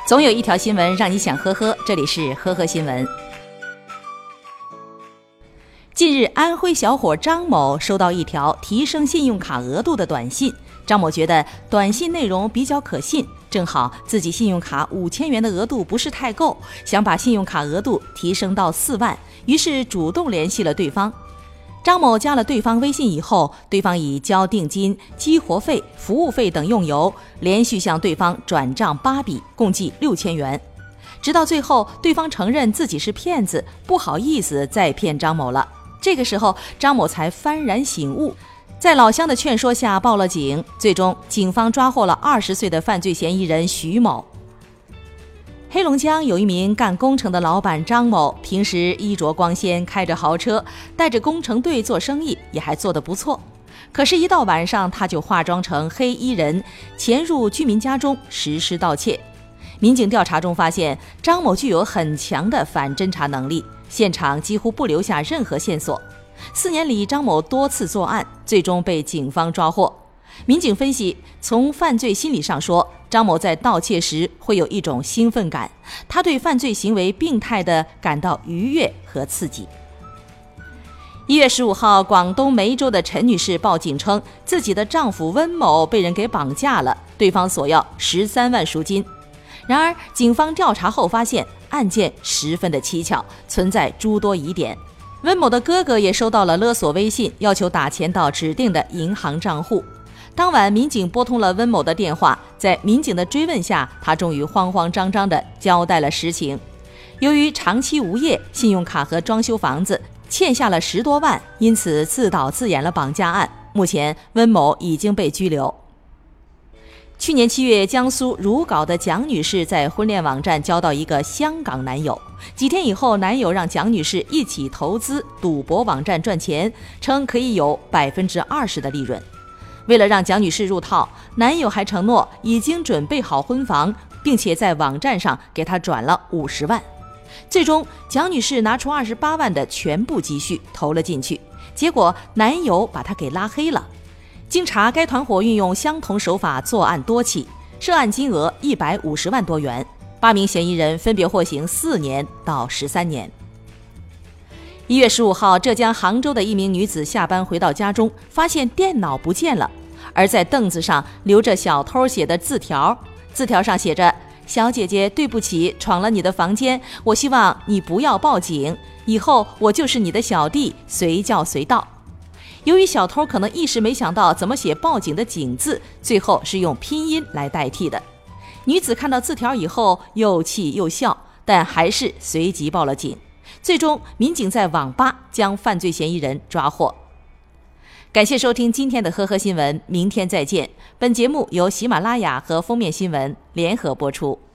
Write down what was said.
总有一条新闻让你想呵呵，这里是呵呵新闻。近日，安徽小伙张某收到一条提升信用卡额度的短信，张某觉得短信内容比较可信，正好自己信用卡5000元的额度不是太够，想把信用卡额度提升到4万，于是主动联系了对方。张某加了对方微信以后，对方以交定金、激活费、服务费等用由，连续向对方转账8笔，共计6000元。直到最后，对方承认自己是骗子，不好意思再骗张某了。这个时候，张某才幡然醒悟，在老乡的劝说下报了警，最终警方抓获了20岁的犯罪嫌疑人徐某。黑龙江有一名干工程的老板张某，平时衣着光鲜，开着豪车，带着工程队做生意，也还做得不错。可是，一到晚上，他就化妆成黑衣人，潜入居民家中实施盗窃。民警调查中发现，张某具有很强的反侦查能力，现场几乎不留下任何线索。4年里，张某多次作案，最终被警方抓获。民警分析，从犯罪心理上说，张某在盗窃时会有一种兴奋感，他对犯罪行为病态地感到愉悦和刺激。1月15号，广东梅州的陈女士报警称，自己的丈夫温某被人给绑架了，对方索要13万赎金。然而，警方调查后发现，案件十分的蹊跷，存在诸多疑点。温某的哥哥也收到了勒索微信，要求打钱到指定的银行账户。当晚，民警拨通了温某的电话，在民警的追问下，他终于慌慌张张地交代了实情。由于长期无业，信用卡和装修房子欠下了10多万，因此自导自演了绑架案。目前，温某已经被拘留。去年7月，江苏如皋的蒋女士在婚恋网站交到一个香港男友，几天以后，男友让蒋女士一起投资赌博网站赚钱，称可以有20%的利润。为了让蒋女士入套，男友还承诺已经准备好婚房，并且在网站上给她转了50万。最终，蒋女士拿出28万的全部积蓄投了进去，结果男友把她给拉黑了。经查，该团伙运用相同手法作案多起，涉案金额150万多元，8名嫌疑人分别获刑4年到13年。1月15号，浙江杭州的一名女子下班回到家中，发现电脑不见了，而在凳子上留着小偷写的字条，字条上写着：小姐姐，对不起，闯了你的房间，我希望你不要报警，以后我就是你的小弟，随叫随到。由于小偷可能一时没想到怎么写报警的警字，最后是用拼音来代替的。女子看到字条以后又气又笑，但还是随即报了警。最终，民警在网吧将犯罪嫌疑人抓获。感谢收听今天的呵呵新闻，明天再见。本节目由喜马拉雅和封面新闻联合播出。